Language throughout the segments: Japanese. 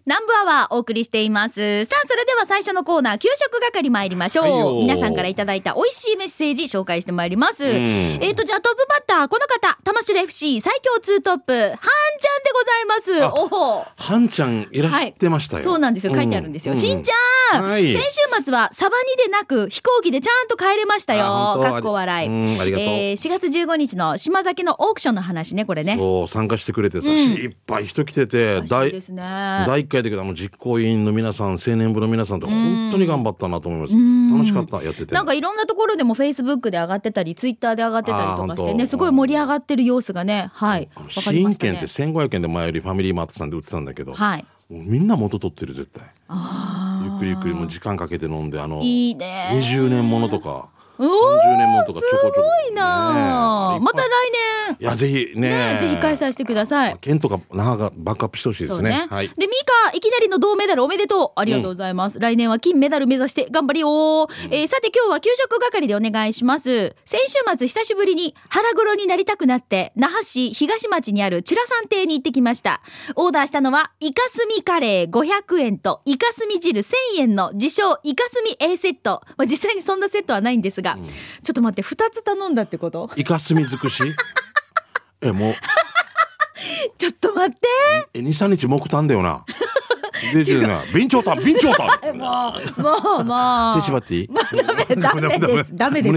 南部アワーお送りしています。さあ、それでは最初のコーナー、給食係参りましょう。はい、皆さんからいただいた美味しいメッセージ紹介してまいります。じゃあトップバッター、この方、玉城 FC 最強ツートップ、はんちゃんでございます。おほ。 はんちゃんいらしてましたよ。 はい、そうなんですよ。書いてあるんですよ。しんちゃん、はい、先週末はサバニでなく飛行機でちゃんと帰れましたよ。かっこ笑い。 ありがとう。 4月15日の島崎のオークションの話ね、これね。 そう、参加してくれてさ、いっぱい人来てて、第1回だけど実行委員の皆さん、青年部の皆さんと本当に頑張ったなと思います。楽しかった、やってて。 なんかいろんなところでもフェイスブックで上がってたり、ツイッターで上がってたりとかしてね、すごい盛り上がってる様子がね、はい、わかりましたね。 新券って1500円で前よりファミリーマートさんで売ってたんだけど、 はい、 もうみんな元取ってる絶対。ゆっくりゆっくりもう時間かけて飲んで、 いいね、 20年ものとか30年ものとかちょこちょこ。 すごいな、また来年、 いやぜひね、 ぜひ開催してください。 県とか那覇がバックアップしてほしいですね。はい、 でミカ、いきなりの銅メダルおめでとう、ありがとうございます。来年は金メダル目指して頑張りよ。さて今日は給食係でお願いします。先週末久しぶりに腹黒になりたくなって那覇市東町にあるチュラさん亭に行ってきました。オーダーしたのはイカスミカレー500円とイカスミ汁1000円の自称イカスミ A セット、実際にそんなセットはないんですが、ちょっと待って、2つ頼んだってこと？ イカスミ尽くしもうちょっと待って、 2、3日木炭だよな。で備長炭もう手縛っていい？ ダメです。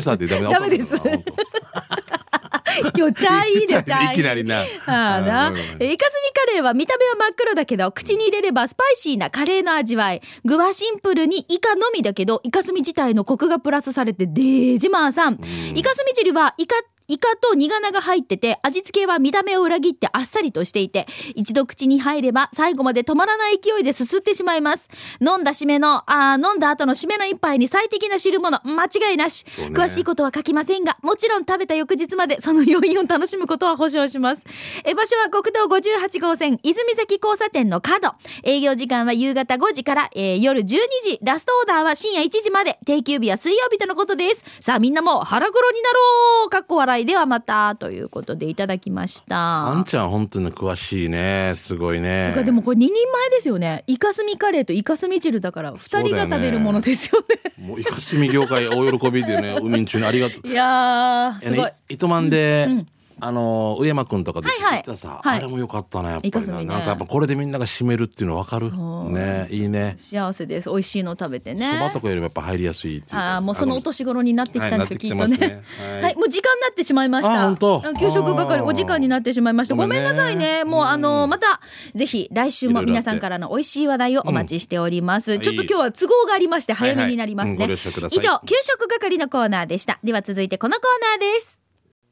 今日チャイでチャイ。 いきなりな。 イカスミカレーは見た目は真っ黒だけど、口に入れればスパイシーなカレーの味わい。具はシンプルにイカのみだけど、イカスミ自体のコクがプラスされてデージマーさん。イカスミ汁はイカと苦菜が入ってて、味付けは見た目を裏切ってあっさりとしていて、一度口に入れば最後まで止まらない勢いですすってしまいます。飲んだ後の締めの一杯に最適な汁物、間違いなし。詳しいことは書きませんが、もちろん食べた翌日までその余韻を楽しむことは保証します。場所は国道58号線泉崎交差点の角。営業時間は夕方5時から、夜12時。ラストオーダーは深夜1時まで。定休日は水曜日とのことです。さあみんなも腹黒になろう。かっこ笑いではまたということでいただきました。 あんちゃん本当に詳しいね、すごいね。 でもこれ2人前ですよね。イカスミカレーとイカスミ汁だから2人が食べるものですよね。 もうイカスミ業界大喜びでね、海中にありがとう。 いやーすごい。 糸満で、上山くんとかで言ったさ、あれもよかったなやっぱりな、なんかやっぱこれでみんなが締めるっていうの分かるね。いいね、 幸せです。美味しいの食べてね。 そばとかよりもやっぱ入りやすいっていうか、 もうそのお年頃になってきたんですよ、きっとね。はい、もう時間になってしまいました。給食係お時間になってしまいました。ごめんなさいね。もうまたぜひ来週も皆さんからの美味しい話題をお待ちしております。ちょっと今日は都合がありまして早めになりますね。以上、給食係のコーナーでした。では続いてこのコーナーです。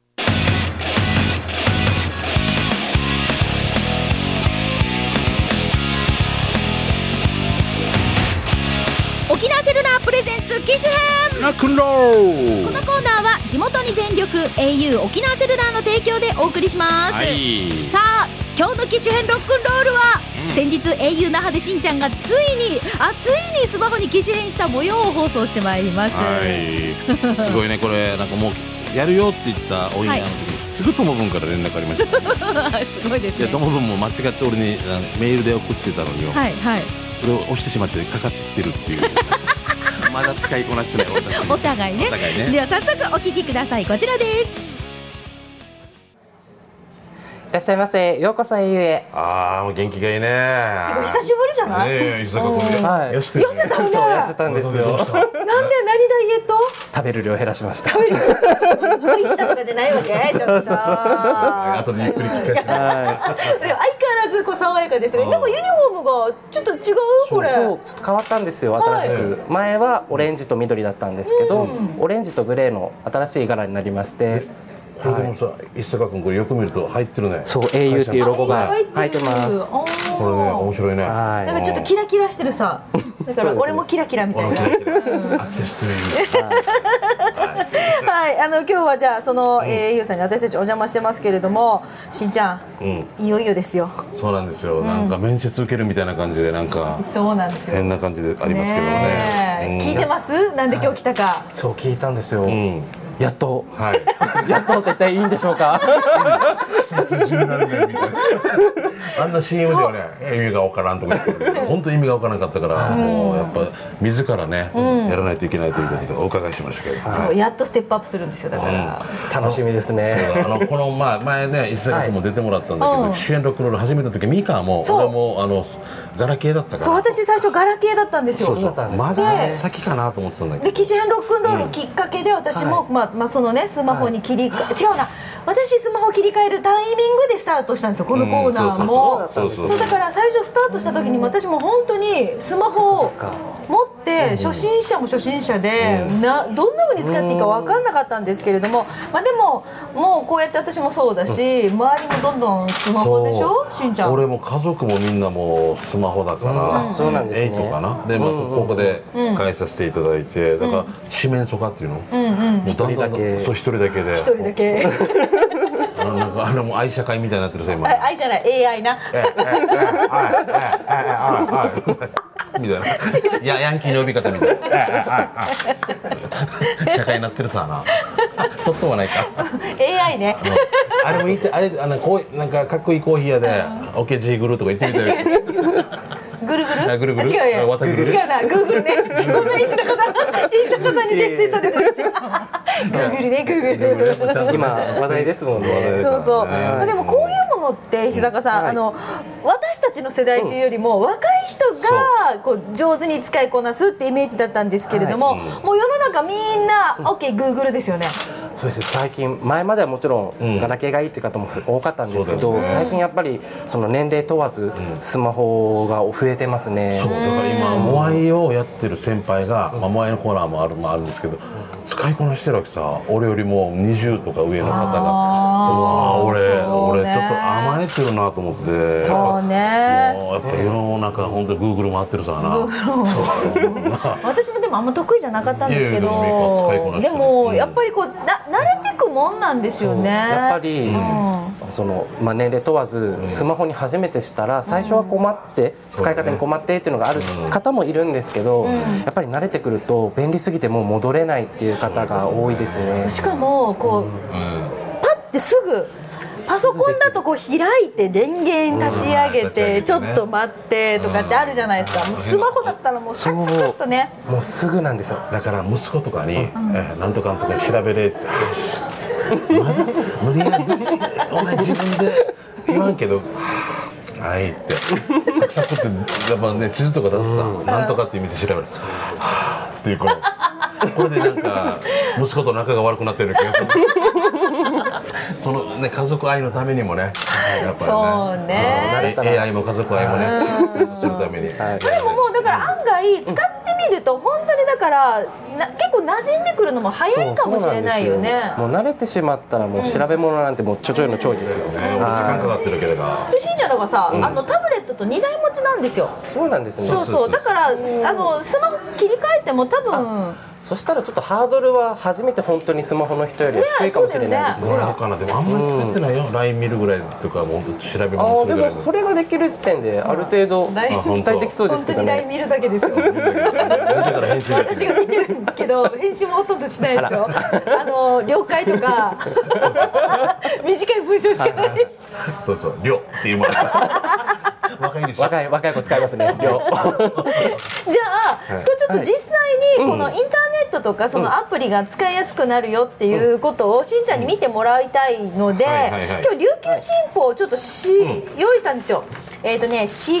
沖縄セルラープレゼンツ機種編ラックンロール。 このコーナーは地元に全力 au 沖縄セルラーの提供でお送りします、さあ今日の機種編ロックンロールは、先日 au 那覇でしんちゃんがついにスマホに機種変した模様を放送してまいります、すごいね。これなんかもうやるよって言ったおいなの時に、すぐともぶんから連絡ありました、 すごいですね。 ともぶんも間違って俺にメールで送ってたのによ、それを押してしまってかかってきてるっていうまだ使いこなしてないお互いね。では早速お聞きください。こちらです。 いらっしゃいませ。ようこそ au へ。 もう元気がいいね。 久しぶりじゃない？ 伊坂君痩せたね。痩せたんですよ。なんで何ダイエット？ 食べる量減らしました。 恋したとかじゃないわけ？ちょっと。 後でゆっくり聞かせて。相変わらず爽やかですが、なんかユニフォームがちょっと違うこれ。 そう、ちょっと変わったんですよ。新しく。前はオレンジと緑だったんですけど、オレンジとグレーの新しい柄になりまして。 これでもさ、伊坂君これよく見ると入ってるね。 そう、au っていうロゴが入ってます。 これね、面白いね。 なんかちょっとキラキラしてるさ。だから俺もキラキラみたいな。 アクセスという。 はい、今日はじゃあそのauさんに私たちお邪魔してますけれども、しんちゃん、いよいよですよ。 そうなんですよ。なんか面接受けるみたいな感じでなんか。 そうなんですよ。 変な感じでありますけどね。 聞いてます？なんで今日来たか。 そう聞いたんですよ。 やっと、 はい。 やっとって言ったらいいんでしょうか。 17年みたいな。あんな CM ではね、意味がわからんとか言ってる。本当に意味がわからなかったから、もうやっぱ自らね、やらないといけないということでお伺いしましたけど。 そう、やっとステップアップするんですよ、だから。 楽しみですね。 この前ね、石坂君も出てもらったんだけど、主演ロックンロール始めた時、ミカも俺もガラケーだったから。 そう、私最初ガラケーだったんですよ。 まだ先かなと思ってたんだけど。 で、機種変ロックンロールきっかけで私もそのね、スマホに切り替え、違うな、私スマホ切り替えるタイミングでスタートしたんですよ、このコーナーも。そうだから最初スタートした時に私も本当にスマホを持って初心者も初心者でどんな風に使っていいか分かんなかったんですけれども、でももうこうやって私もそうだし、周りもどんどんスマホでしょ、しんちゃん。 俺も家族もみんなもうスマホだから、 そうなんですね。 8かなで、ここで返させていただいて、だから四面楚歌っていうの、一人だけ、そう、一人だけで、 一人だけなんかもう愛社会みたいになってるさ今。 愛じゃない、AI な。 みたいな。いや、ヤンキーの呼び方みたいな。社会になってるさな。とってもないか。 AI ね。 あれも言って、あれこうなんかかっこいいコーヒー屋でオケジーグルとか言ってみたい。 ぐるぐる？ ぐるぐる？ 違うやん。違うな。グーグルね。ごめん、石坂さんに訂正されてるし。グーグルね、グーグル。 今話題ですもんね。 そうそう。でもこういうものって石坂さん、私たちの世代というよりも若い人がこう上手に使いこなすってイメージだったんですけれども、もう世の中みんな OK グーグルですよね。 そうです。最近、前まではもちろんガラケーがいいという方も多かったんですけど、最近やっぱりその年齢問わずスマホが増えてますね。 そう、だから今モアイをやってる先輩が、モアイのコーナーもあるんですけど、使いこなしてるわけさ。俺よりも20とか上の方が。俺ちょっと甘えてるなと思って。 そうね。 もうやっぱ世の中本当にグーグル回ってるさな。 私もでもあんま得意じゃなかったんですけど、でもやっぱりこう慣れてくもんなんですよね。 やっぱりその年齢問わずスマホに初めてしたら最初は困って使い方に困ってっていうのがある方もいるんですけど、やっぱり慣れてくると便利すぎてもう戻れないっていう方が多いですね。 しかもこうパッてすぐパソコンだとこう開いて電源立ち上げてちょっと待ってとかってあるじゃないですか。もうスマホだったらもうサクサクっとね、 もうすぐなんですよ。 だから息子とかになんとかんとか調べれってまだ無理やりお前自分で言わんけどはいってサクサクってやっぱね地図とか出すさ、なんとかっていう店調べるっていうこれでなんか息子と仲が悪くなってる気がする。そのね家族愛のためにもね、やっぱりね。 そうね。 AI も家族愛もねするために。でももうだから案外使ってみると本当にだから結構馴染んでくるのも早いかもしれないよね。 もう慣れてしまったらもう調べ物なんてもうちょちょいのちょいですよ。 時間かかってるけどが。 しんちゃんだからさ、タブレットと2台持ちなんですよ。 そうなんですね。 そうそう。だからスマホ切り替えても多分。 そしたらちょっとハードルは初めて本当にスマホの人よりは低いかもしれないですね。 どうなのかな。でもあんまり使ってないよ。LINE 見るぐらいとかも本当調べ物するぐらいの。 でもそれができる時点である程度期待できそうですけどね。 本当に LINE 見るだけですよ。私が見てるけど返信もほとんどしないですよ。了解とか短い文章しかない。 そうそう。了っていうもの。若いでしょ。 若い子使いますね。了。 じゃあちょっと実際にこのインターネットとかそのアプリが使いやすくなるよっていうことをしんちゃんに見てもらいたいので、今日琉球新報をちょっと用意したんですよ。4月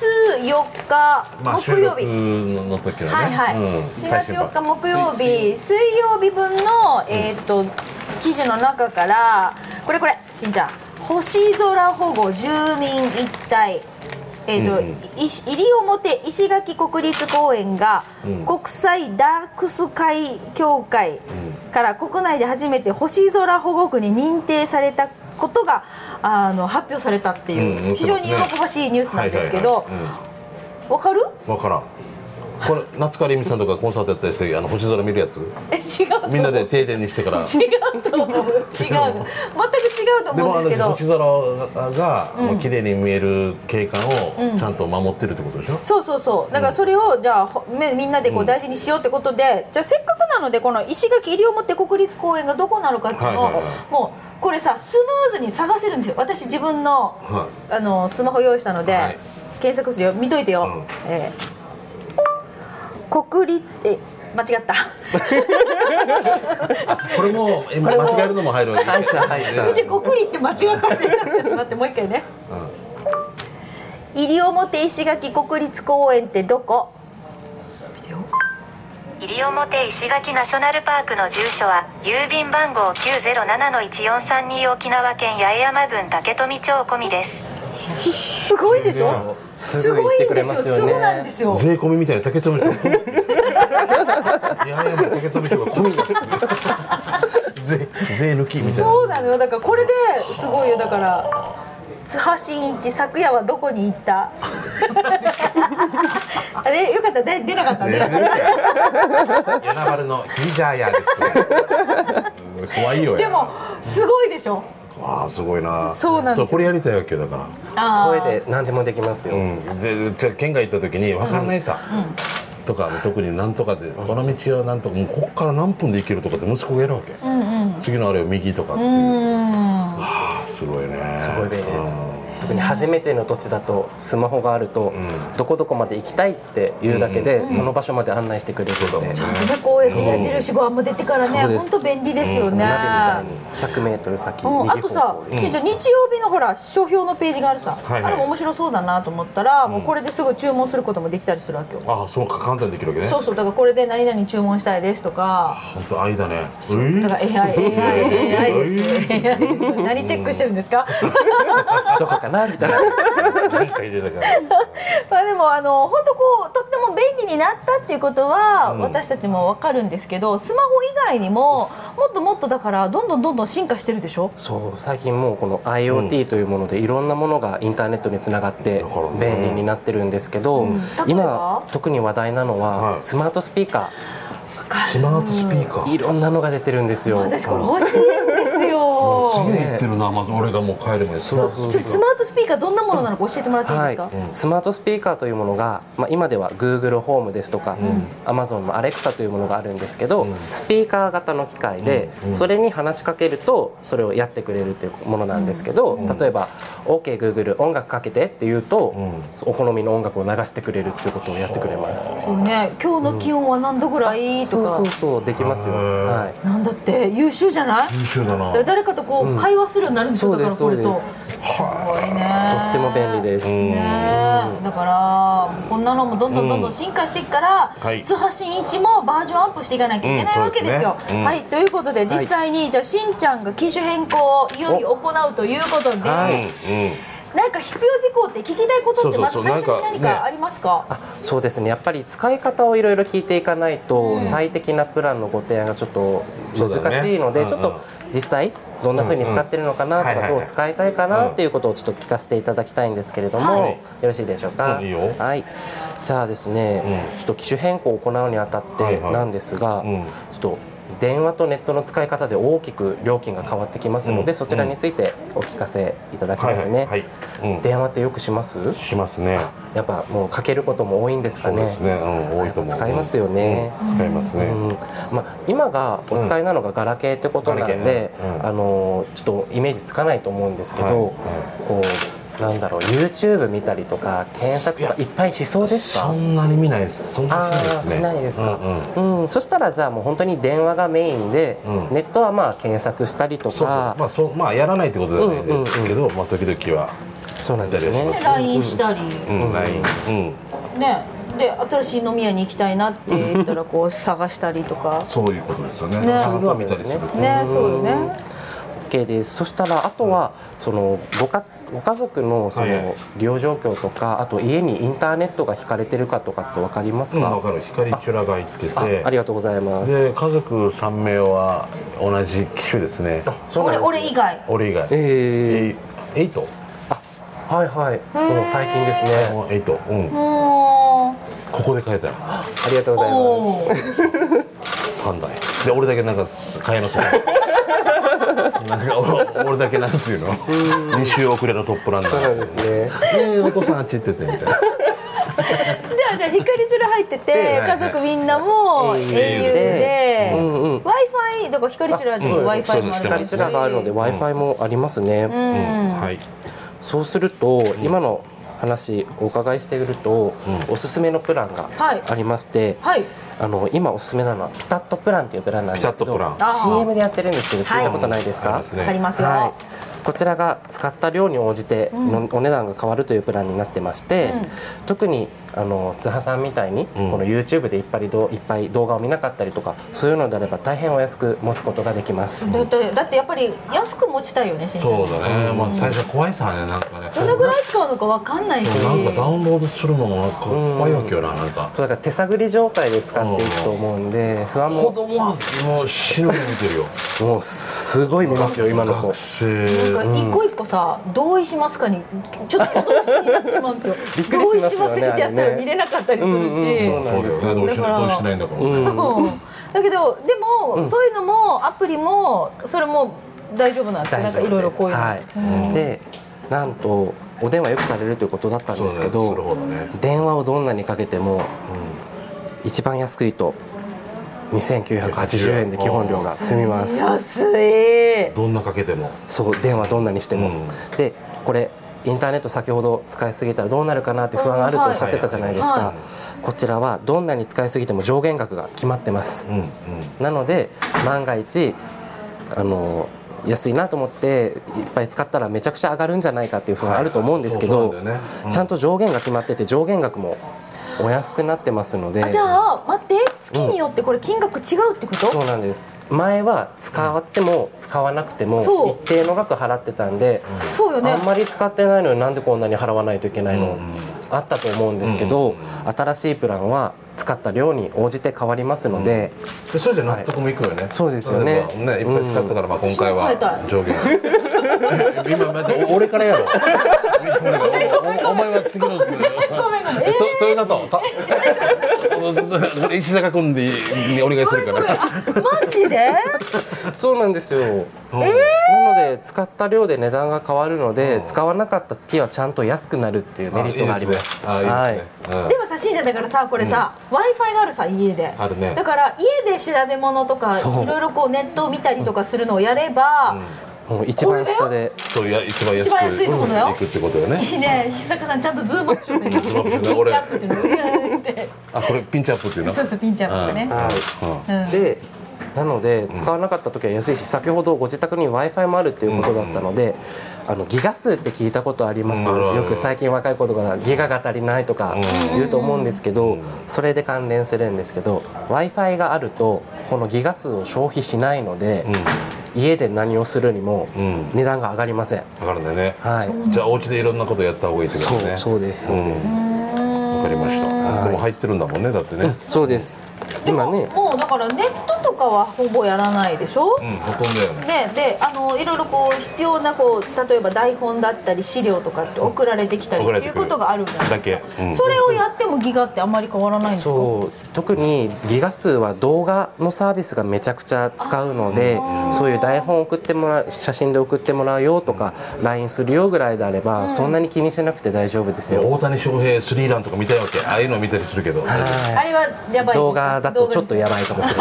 4日木曜日の時はね。 4月4日木曜日水曜日分の記事の中からこれしんちゃん星空保護住民一体西表石垣国立公園が国際ダークスカイ協会から国内で初めて星空保護区に認定されたことが発表されたっていう非常に喜ばしいニュースなんですけど、わかる？ わからん。 これ夏川りみさんとかコンサートやったりして星空見るやつ。 違う。 みんなで停電にしてから。 違うと思う。違う。全く違うとでも思うんですけど。 星空がもう綺麗に見える景観をちゃんと守ってるってことでしょ。 そうそうそう。だからそれをじゃあみんなでこう大事にしようってことで、じゃあせっかくなのでこの石垣西表国立公園がどこなのかっていうのをもうこれさスムーズに探せるんですよ。私自分のスマホ用意したので検索するよ。見といてよ。国立間違った。 これも間違えるのも入るわけ。 見て国立って間違ったって言っちゃった。待ってもう一回ね。西表石垣国立公園ってどこ？ 西表石垣ナショナルパークの住所は郵便番号 907-1432 沖縄県八重山郡竹富町込みです。 すごいでしょ。 すぐ言ってくれますよね。 そうなんですよ。 税込みみたいな竹富町。いやいや竹富町が込みが税抜きみたいな。 そうなのよ。だからこれですごいよ。だから津波真一昨夜はどこに行った？あれよかった出なかったね。 柳丸のヒジャーヤです。怖いよ。 でもすごいでしょ。 ああすごいな。 そうなんですよ。 これやりたいわけよだから。 声で何でもできますよ。 で県外行った時に分かんないさ。とか特になんとかでこの道はなんとかもうここから何分で行けるとかって息子がやるわけ。次のあれを右とかっていう。はあすごいね。 すごいです。特に初めての土地だとスマホがあるとどこどこまで行きたいっていうだけでその場所まで案内してくれるので。 ちゃんとねこう矢印が出てからね本当便利ですよね。 ナビみたいに100メートル先右方向。 あとさ、日曜日のほら書評のページがあるさ。あれも面白そうだなと思ったらもうこれですぐ注文することもできたりするわけよ。 ああそうか簡単にできるわけね。 そうそうだからこれで何々注文したいですとか。 本当愛だね。 だから AI です。AI です。何チェックしてるんですか？ どこかなみたいな。 何か入れたから。 まあでも本当こうとっても便利になったっていうことは私たちも分かるんですけど、スマホ以外にももっともっとだからどんどん進化してるでしょ。 そう最近もうこの IoT というものでいろんなものがインターネットにつながって便利になってるんですけど、今特に話題なのはスマートスピーカー。 スマートスピーカー。 いろんなのが出てるんですよ。 私これ欲しいんですよ。 次に言ってるな。まず俺がもう帰る前に。 ちょっとスマートスピーカーどんなものなのか教えてもらっていいですか？ スマートスピーカーというものが、今では Google ホームですとか、Amazon の Alexa というものがあるんですけど、スピーカー型の機械で、それに話しかけるとそれをやってくれるというものなんですけど、例えば OK Google 音楽かけてって言うと、お好みの音楽を流してくれるということをやってくれます。 ね、今日の気温は何度ぐらいとか。 そうできますよ。はい。 なんだって優秀じゃない？ 優秀だな。 誰かとこう会話するようになるんですよ。だからこれと。すごいね。 とっても便利です。 だからこんなのもどんどん進化していくから津波真一もバージョンアップしていかなきゃいけないわけですよ。はい、ということで実際にじゃあしんちゃんが機種変更をいよいよ行うということで、なんか必要事項って聞きたいことってまず最初に何かありますか？ そうですね。やっぱり使い方をいろいろ聞いていかないと最適なプランのご提案がちょっと難しいので、ちょっと実際どんな風に使ってるのかなとかどう使いたいかなっていうことをちょっと聞かせていただきたいんですけれども、よろしいでしょうか？はい。じゃあですね、ちょっと機種変更を行うにあたってなんですが、ちょっと電話とネットの使い方で大きく料金が変わってきますので、そちらについてお聞かせいただきますね。電話ってよくします？ しますね。 やっぱもうかけることも多いんですかね。 そうですね。多いと思う。 使いますよね。 使いますね。 今がお使いなのがガラケーってことなんで、ちょっとイメージつかないと思うんですけど、こうなんだろう YouTube 見たりとか検索とかいっぱいしそうですか？ そんなに見ないです。そんなにしないですね。 しないですか。そしたらじゃあもう本当に電話がメインで、ネットはまあ検索したりとか、 まあやらないってことじゃないんですけど、時々はそうなんですね。 LINE したり、 LINE ね。で新しい飲み屋に行きたいなって言ったらこう探したりとかそういうことですよね。そういうのは見たりするね。 そうよね。 OK です。そしたらあとはそのご家族のその利用状況とか、あと家にインターネットが引かれてるかとかって分かりますか？ 分かる。光チュラが入ってて、 ありがとうございます。 で家族3名は同じ機種ですね。 俺以外。 俺以外。8？ はいはい。もう最近ですね。 8。 ここで買えたよ。 ありがとうございます 3台で俺だけなんか買いのせないなんか俺だけなんつうの2週遅れのトップランナー。 そうなんですね。 お父さんあっち行っててみたいな。 じゃあ光汁入ってて家族みんなも au で Wi-Fi だから光汁は Wi-Fi もあるから光汁があるので Wi-Fi もありますね。 はい。 そうすると今の話お伺いしているとおすすめのプランがありまして、今おすすめなのはピタッとプランというプランなんですけど CM でやってるんですけど聞いたことないですか？ ありますよ。 こちらが使った量に応じてお値段が変わるというプランになってまして、特に津波さんみたいにこの YouTube でいっぱい動画を見なかったりとかそういうのであれば大変お安く持つことができます。 だってやっぱり安く持ちたいよね、しんちゃん。 そうだね、まあ、最初怖いさね、なんかねどのぐらい使うのかわかんないし、 なんかダウンロードするのもなんか怖いわけよな、なんかそうだから手探り状態で使っていくと思うんで不安も。 子供はもう死ぬほど見てるよ。 もうすごい見ますよ今の子。 学生なんか一個一個さ同意しますかにちょっと同意になってしまうんですよ。 びっくりしますよね同意しませんってやったら見れなかったりするし、 そうですね、どうしないんだからね。 だけどでもそういうのもアプリもそれも大丈夫なんですか？なんかいろいろこういうの。 でなんとお電話よくされるということだったんですけど、電話をどんなにかけても一番安いと2980円で基本料が済みます。 安い。 どんなかけても。 そう電話どんなにしても。でこれインターネット先ほど使いすぎたらどうなるかなって不安があるとおっしゃってたじゃないですか。こちらはどんなに使いすぎても上限額が決まってます。なので万が一安いなと思っていっぱい使ったらめちゃくちゃ上がるんじゃないかっていう不安あると思うんですけど、ちゃんと上限が決まってて上限額もお安くなってますので。 じゃあ待って、月によってこれ金額違うってこと？ そうなんです。前は使っても使わなくても一定の額払ってたんで、 そうよね、 あんまり使ってないのになんでこんなに払わないといけないのあったと思うんですけど、新しいプランは使った量に応じて変わりますので、 それじゃ納得もいくよね。 そうですよね。 いっぱい使ったからまあ今回は上限。今また俺からやろ。お前は次の。それだと石坂君でお願いするから。 マジで？ そうなんですよ。なので使った量で値段が変わるので、使わなかった月はちゃんと安くなるっていうメリットがあります。 でもさ、しんちゃんだからさ、これさ、Wi-Fi があるさ、家で。 あるね。 だから家で調べ物とかいろいろこうネットを見たりとかするのをやれば、 もう一番下で一番安いところだよ。行くってことよね。いいね、石坂さんちゃんとズームアップしてる。ピンチアップっていうの。 あ、これピンチアップっていうの？ そうそう、ピンチアップね。 で、なので使わなかった時は安いし、先ほどご自宅に Wi-Fi もあるっていうことだったので、ギガ数って聞いたことあります？よく最近若い子とかギガが足りないとか言うと思うんですけど、それで関連するんですけど、Wi-Fi があるとこのギガ数を消費しないので、家で何をするにも値段が上がりません。 上がるんだね。じゃあお家でいろんなことやった方がいいってことね。 そうです、そうです。 わかりました。でも入ってるんだもんね、だってね。 そうです。今ね、 もうだからネットとかはほぼやらないでしょ。 ほとんどやね。で、いろいろこう必要なこう例えば台本だったり資料とかって送られてきたりっていうことがあるんじゃないですか。それをやってもギガってあんまり変わらないんですか？ そう、特にギガ数は動画のサービスがめちゃくちゃ使うので、そういう台本送ってもらう、写真で送ってもらうよとか LINE するよぐらいであれば、そんなに気にしなくて大丈夫ですよ。 大谷翔平スリーランとか見たいわけ。ああいうの見たりするけど、 あれはやばい。 動画だとちょっとやばいかもしれない。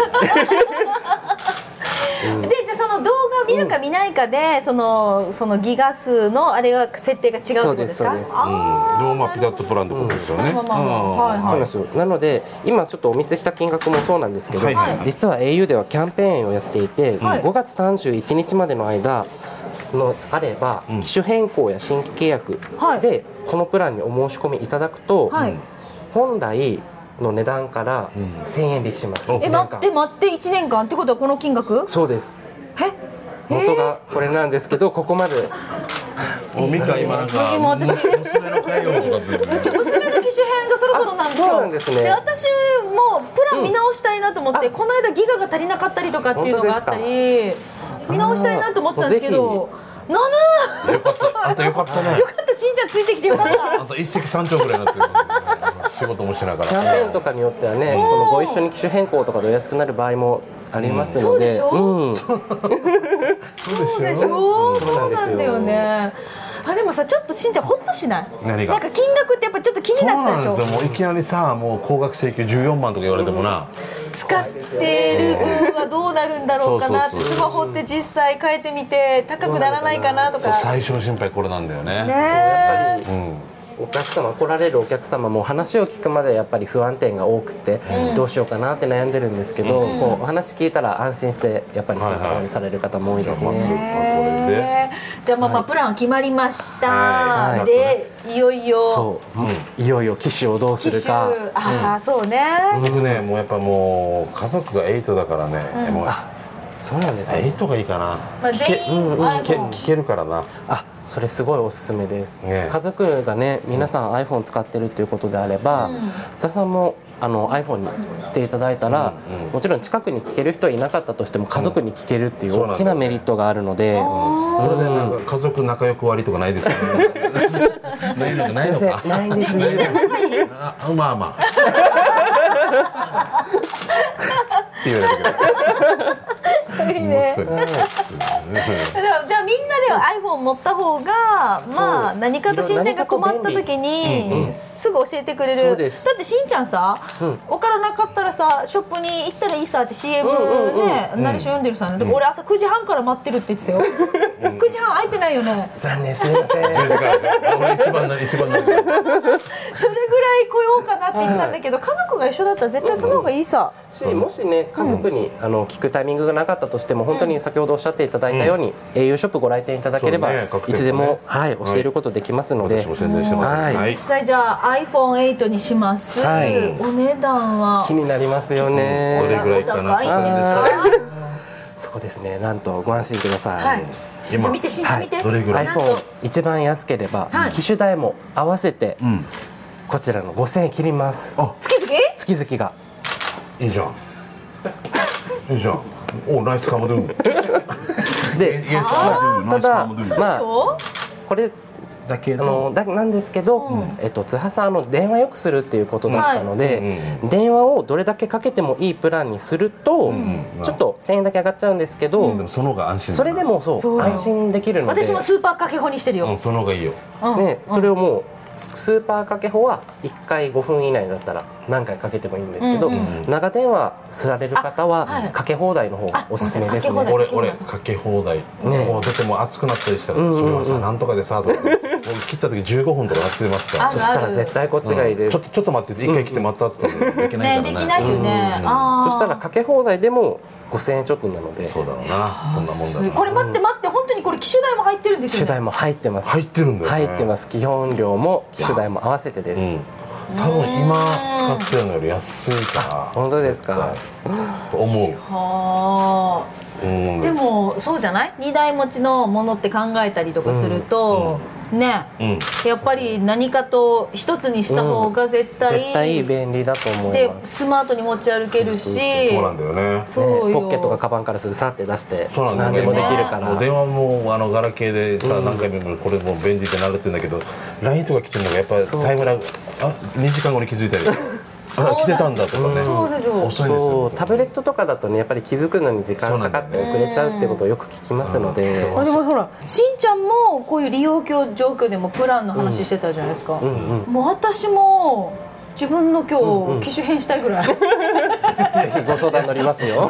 で、じゃあその動画を見るか見ないかで、そのギガ数のあれが設定が違うってことですか？ そうです。 でもまあピタッとプランってことですよね。 なので今ちょっとお見せした金額もそうなんですけど、実は au ではキャンペーンをやっていて、5月31日までの間のあれば、機種変更や新規契約でこのプランにお申し込みいただくと、本来の値段から1000円引きします。 待って1年間ってことはこの金額？ そうです。元がこれなんですけど、ここまでミカ今なんか娘の会話とかで娘の機種変がそろそろなんですよ。 そうなんですね。 で、私もプラン見直したいなと思って、この間ギガが足りなかったりとかっていうのがあったり見直したいなと思ってたんですけど、 よかった。あんたよかったね。 よかった、しんちゃんついてきてよかった。 あんた一石三鳥ぐらいなんですよ。 仕事もしながらキャンペーンとかによってはね、このご一緒に機種変更とかでお安くなる場合もありますので、 そうでしょ。そうなんだよね。でもさ、ちょっとしんちゃんホッとしない？ 何が？ なんか金額ってやっぱちょっと気になったでしょ。 そうなんですよ。もういきなりさ、もう高額請求14万とか言われてもな、 使ってる分はどうなるんだろうかなって、スマホって実際変えてみて高くならないかなとか。 最初の心配これなんだよね。 ね。お客様、来られるお客様も話を聞くまでやっぱり不安点が多くて、どうしようかなって悩んでるんですけど、こうお話聞いたら安心してやっぱり参考にされる方も多いですね。 じゃあプラン決まりました。でいよいよいよいよ機種をどうするか。 そうね。 僕ね、もうやっぱもう家族が8だからね、もうそうなんですね。 8がいいかな。聞けるからな。 それすごいおすすめです。家族がね、皆さん iPhone 使ってるっていうことであれば、津田さんもiPhone にしていただいたら、もちろん近くに聞ける人はいなかったとしても家族に聞けるっていう大きなメリットがあるので、 それでなんか家族仲良く割とかないですか？ないのか。 実際仲いい？ まあまあ。って言われたけど。 いいね。じゃあみんなで iPhone 持った方が、何かとしんちゃんが困った時にすぐ教えてくれる。だってしんちゃんさ、分からなかったらさ、ショップに行ったらいいさって CM ね、ナレーション読んでるさね。だから俺朝9時半から待ってるって言ってたよ。9時半空いてないよね。 残念、すみません。 一番な。 それぐらい来ようかなって言ってたんだけど、家族が一緒だったら絶対その方がいいさ。 もしね、家族に聞くタイミングがなかったとしても、本当に先ほどおっしゃっていただいたように au ショップご来店いただければいつでも教えることできますので、 私も宣伝してます。 実際じゃあ iPhone8 にします。お値段は気になりますよね。 どれぐらいかな。 そこですね。なんとご安心ください。 しんちゃん見て、しんちゃん見て。 どれぐらい？ iPhone 一番安ければ機種代も合わせてこちらの5000円切ります。 月 々がいいじゃん。いいじゃん。お、ナイスカムドゥ。 で、ただこれだけどなんですけど、津波さん電話よくするっていうことだったので、電話をどれだけかけてもいいプランにすると、ちょっと1000円だけ上がっちゃうんですけど、 でもその方が安心。 それでも安心できるので、 私もスーパーかけほにしてるよ。 その方がいいよ。 でそれをもうスーパーかけほは1回5分以内だったら何回かけてもいいんですけど、長電話される方はかけ放題の方がおすすめですね。 俺かけ放題。もうだってもう熱くなったりしたら、それはさなんとかでさとか、切った時15分とかなってますから。 そしたら絶対こっちがいいです。 ちょっと待って、一回来て待ったってできないからね。 できないよね。 そしたらかけ放題でも5000円ちょっとなので。 そうだろうな。そんなもんだろう。 これ待って本当にこれ機種代も入ってるんですよね。 機種代も入ってます。 入ってるんだよね。 入ってます。基本料も機種代も合わせてです。 多分今使ってるのより安いから。 本当ですか。 思う。 でもそうじゃない？2台持ちのものって考えたりとかするとね、やっぱり何かと一つにした方が絶対便利だと思います。 でスマートに持ち歩けるし、 そうなんだよね。 そうよ。 ポッケとかカバンからすぐさって出して何でもできるから。 電話もガラケーでさ、何回もこれも便利ってなるって言うんだけど、 LINE とか来てるのがやっぱりタイムラグ、2時間後に気づいたり来てたんだとかね。遅いんですよ。 タブレットとかだとね、やっぱり気づくのに時間かかって遅れちゃうってことをよく聞きますので。 でもほら、しんちゃんもこういう利用状況でもプランの話してたじゃないですか。もう私も自分の今日機種変したいぐらい。 ご相談乗りますよ。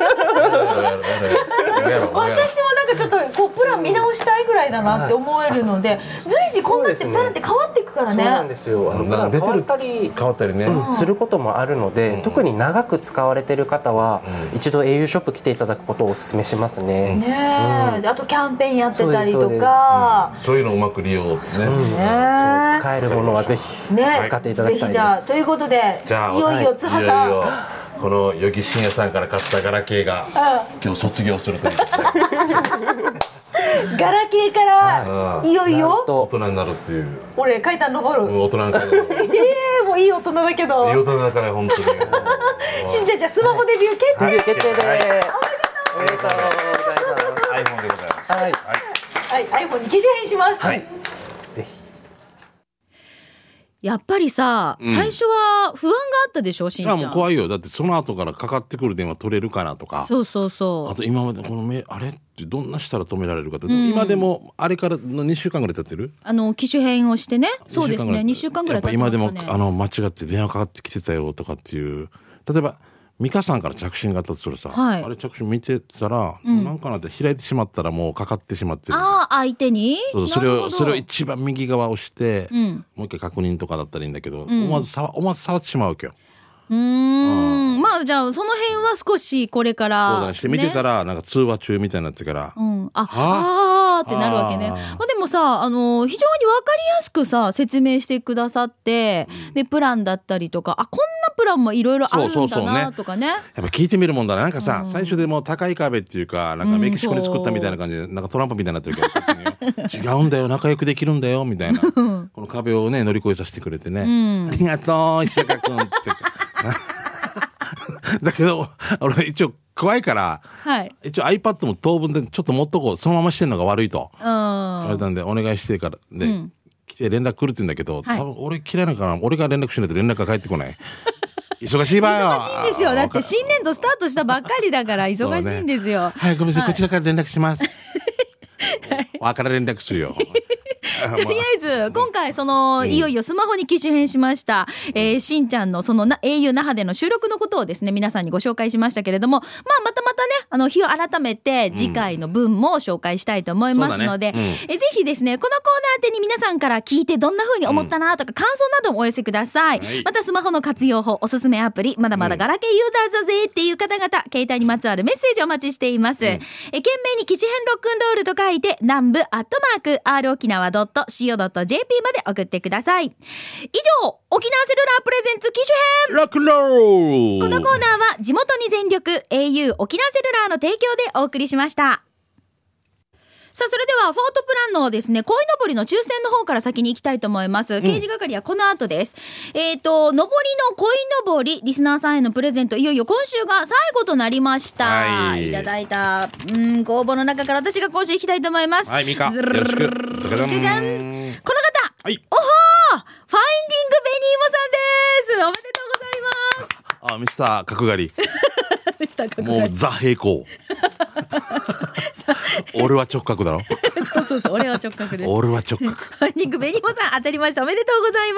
私もなんかちょっとこうプラン見直したいぐらいだなって思えるので、随時こんなってプランって変わっていくからね。 そうなんですよ。変わったりねすることもあるので、特に長く使われてる方は一度 au ショップ来ていただくことをお勧めしますね。 あとキャンペーンやってたりとか、 そういうのをうまく利用ですね。 使えるものはぜひ使っていただきたいです。 ぜひじゃあということで、いよいよ津波さん、 この与木真也さんから買ったガラケーが今日卒業するという。 ガラケーからいよいよ大人になるっていう。 俺階段登る。 大人の階段登る。 もういい大人だけど。 いい大人だから本当に。 しんちゃん、じゃあスマホデビュー決定。 決定で。 おめでとうございます。iPhone でございます。 はい、iPhone に機種変します。 はい。ぜひ。 やっぱりさ、最初は不安があったでしょ、しんちゃん。 もう怖いよ。だってその後からかかってくる電話取れるかなとか。 そうそうそう。 あと今までこのあれってどんなしたら止められるかって、今でもあれからの2週間ぐらい経ってる？ 機種変をしてね。そうですね。2週間ぐらい経ってますかね。 やっぱ今でも間違って電話かかってきてたよとかっていう。例えば美香さんから着信があったとするさ、 はい、 あれ着信見てたら、なんかなって開いてしまったらもうかかってしまってる。 相手にそれを一番右側を押して、もう一回確認とかだったらいいんだけど、思わず触ってしまうわけよ。 まあじゃあその辺は少しこれからそうだね、して見てたらなんか通話中みたいになってから、 ってなるわけね。でもさ、非常に分かりやすくさ説明してくださって、でプランだったりとか、こんなプランもいろいろあるんだなとかね。やっぱ聞いてみるもんだね。なんかさ、最初でもう高い壁っていうか、なんかメキシコに作ったみたいな感じで、なんかトランプみたいになってるけど、違うんだよ、仲良くできるんだよみたいな、この壁をね乗り越えさせてくれてね、ありがとう石坂君ってだけど俺一応怖いから、一応 iPad も当分でちょっと持っとこう、そのまましてんのが悪いと言われたんで、お願いしてからで、来て連絡来るって言うんだけど、多分俺嫌いなのかな、俺が連絡しないと連絡が返ってこない。忙しいわよ。 忙しいんですよ。だって新年度スタートしたばっかりだから忙しいんですよ。 はい、ごめんなさい、こちらから連絡します。わから連絡するよ。 とりあえず今回いよいよスマホに機種変しました、しんちゃんのau 那覇での収録のことをですね皆さんにご紹介しましたけれども、またね日を改めて次回の分も紹介したいと思いますので、ぜひですねこのコーナー宛てに皆さんから聞いてどんな風に思ったなとか感想などもお寄せください、またスマホの活用法、おすすめアプリ、まだまだガラケーユーザーだぜっていう方々、携帯にまつわるメッセージをお待ちしています、懸命に機種変ロックンロールと書いて南部@r沖縄.co.jp まで送ってください。以上、沖縄セルラープレゼンツ機種編ロックンロール。 このコーナーは地元に全力 au 沖縄セルラーの提供でお送りしました。さあそれではフォートプランのですね鯉のぼりの抽選の方から先に行きたいと思います。掲示係はこの後です。上りの鯉のぼりリスナーさんへのプレゼント、いよいよ今週が最後となりました。いただいたご応募の中から私が今週行きたいと思います。 はい、ミカよろしく。 じゃじゃん、この方、 はい、 おほー、ファインディングベニーモさんです。おめでとうございます。 ミスター角刈りもうザ平行俺は直角だろそう俺は直角です。 俺は直角。 ファインディングベニモさん当たりました。おめでとうございます。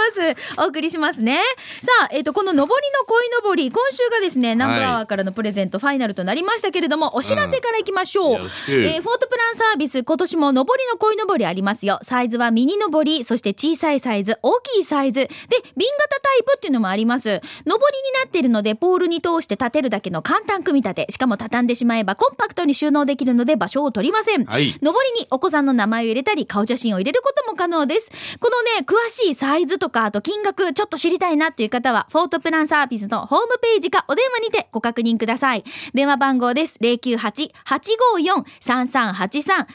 お送りしますね。さあ、この上りの鯉のぼり、今週がですねナンバーアワーからのプレゼントファイナルとなりましたけれども、お知らせからいきましょう。フォートプランサービス、今年も上りの鯉のぼりありますよ。サイズはミニ上り、そして小さいサイズ、大きいサイズで瓶型タイプっていうのもあります。上りになっているのでポールに通して立てるだけの簡単組み立て、しかも畳んでしまえばコンパクトに収納できるので場所を取りません、上りにお子さんの名前を入れたり顔写真を入れることも可能です。このね詳しいサイズとかあと金額ちょっと知りたいなっていう方はフォートプランサービスのホームページかお電話にてご確認ください。電話番号です。 098-854-3383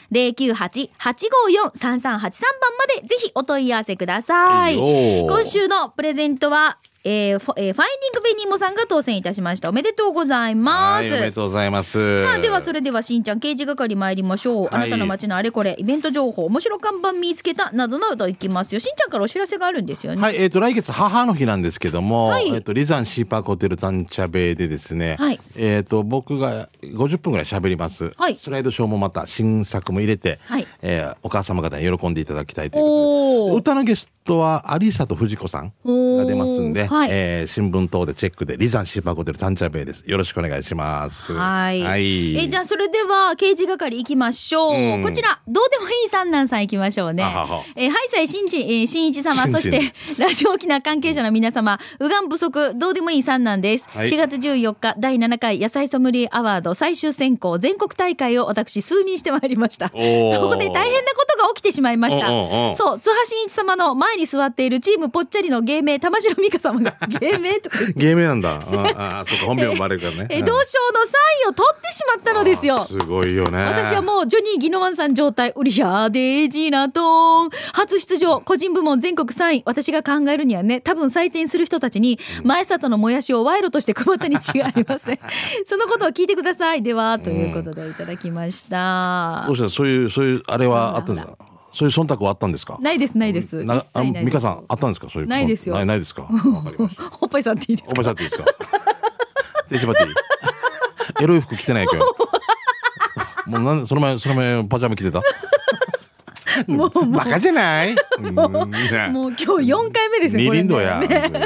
098-854-3383番までぜひお問い合わせください。今週のプレゼントはファインディングベニーモさんが当選いたしました。おめでとうございます。 はい、おめでとうございます。 さあではそれではしんちゃん掲示係参りましょう。あなたの街のあれこれ、イベント情報、面白看板見つけたなどなどいきますよ。しんちゃんからお知らせがあるんですよね。 はい、来月母の日なんですけども、リザンシーパークホテルタンチャベイでですね、僕が50分ぐらい喋ります、スライドショーもまた新作も入れて、お母様方に喜んでいただきたいということで、歌のゲストはアリサと藤子さんが出ますんで、新聞等でチェックでリザンシーパークホテルタンチャベイです。よろしくお願いします。じゃあそれでは掲示係行きましょう。こちらどうでもいい三男さん行きましょうね。ハイサイ新一様、そしてラジオ沖縄関係者の皆様、うがん不足どうでもいい三男です、4月14日第7回野菜ソムリエアワード最終選考全国大会を私数人してまいりました。そこで大変なことが起きてしまいました。そう、津波真一様の前に座っているチームぽっちゃりの芸名玉城美香様が芸名とか芸名なんだ。そうか、本名もバレるからね。 同賞の3位を取ってしまったのですよ。 すごいよね。 私はもうジョニー・ギノワンさん状態、ウリヤーデージーナトーン初出場、個人部門全国3位。私が考えるにはね、多分採点する人たちに前里のもやしを賄賂として配ったに違いありません。そのことを聞いてください。ではということでいただきました。 どうした、そういうあれはあったんですか。 そういう忖度はあったんですか？ ないですないです。一切ないです。 美香さんあったんですか？そういうないですよ。 ないですか？わかりました。 おっぱいさんっていいですか？ おっぱいさんっていいですか？手縛っていい？エロい服着てない今日。もうなんでその前パジャマ着てた？もうバカじゃない？ もう今日4回目ですよ。 二輪道や。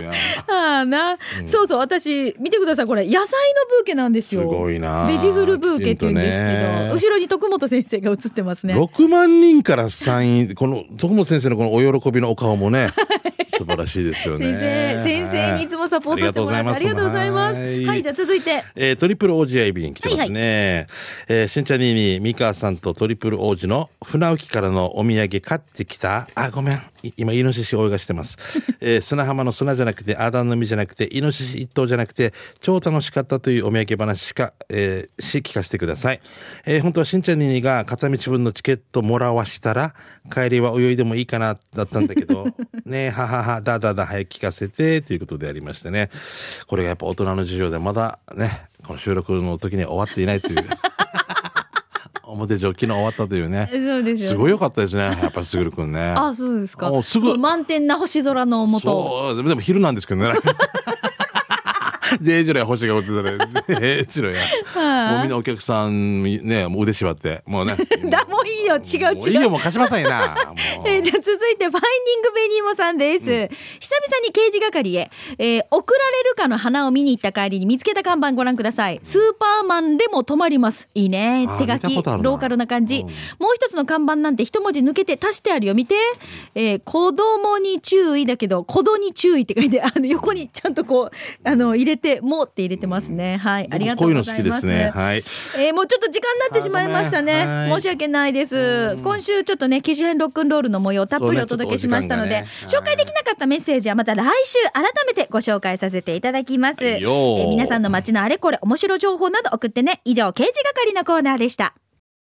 そうそう、私見てください、これ野菜のブーケなんですよ。 すごいな。 ベジフルブーケって言うんですけど、後ろに徳本先生が映ってますね。 6万人から3位、この徳本先生のこのお喜びのお顔もね、素晴らしいですよね。 先生にいつもサポートしてもらってありがとうございます。はい、じゃあ続いて、 トリプル王子 IB に来てますね。しんちゃんに三川さんとトリプル王子の船浮からのお土産買ってきた。あ、ごめん。今イノシシ泳がしてます。砂浜の砂じゃなくてアダンの実じゃなくてイノシシ一頭じゃなくて超楽しかったというお土産話しか、聞かせてください。本当はしんちゃんにが片道分のチケットもらわしたら帰りは泳いでもいいかなだったんだけどね、はははだ早く聞かせてということでありましてね。これがやっぱ大人の事情でまだね、この収録の時には終わっていないという表上昨日終わったというね。 そうですよね。 すごい良かったですね。やっぱりすぐるくんね。 あ、そうですか。すぐ満天な星空の下。 そうでも昼なんですけどね。でじろや星が落ちてたね。じろや。もうみんなお客さんね、もう腕縛ってもうね。 だもういいよ、違う。 もういいよ、もう貸しませんな。 じゃあ続いてファインディングベニーモさんです。久々に刑事係へ、送られるかの花を見に行った帰りに見つけた看板ご覧ください。スーパーマンでも止まります。いいね。手書きローカルな感じ。もう一つの看板なんて一文字抜けて足してあるよ。見て、子供に注意だけど子供に注意って書いて横にちゃんとこう入れてもって入れてますね。はい、ありがとうございます。こういうの好きですね。はい。もうちょっと時間になってしまいましたね。申し訳ないです。今週ちょっとね、機種編ロックンロールの模様たっぷりお届けしましたので、紹介できなかったメッセージはまた来週改めてご紹介させていただきます。皆さんの街のあれこれ面白情報など送ってね。以上、刑事係のコーナーでした。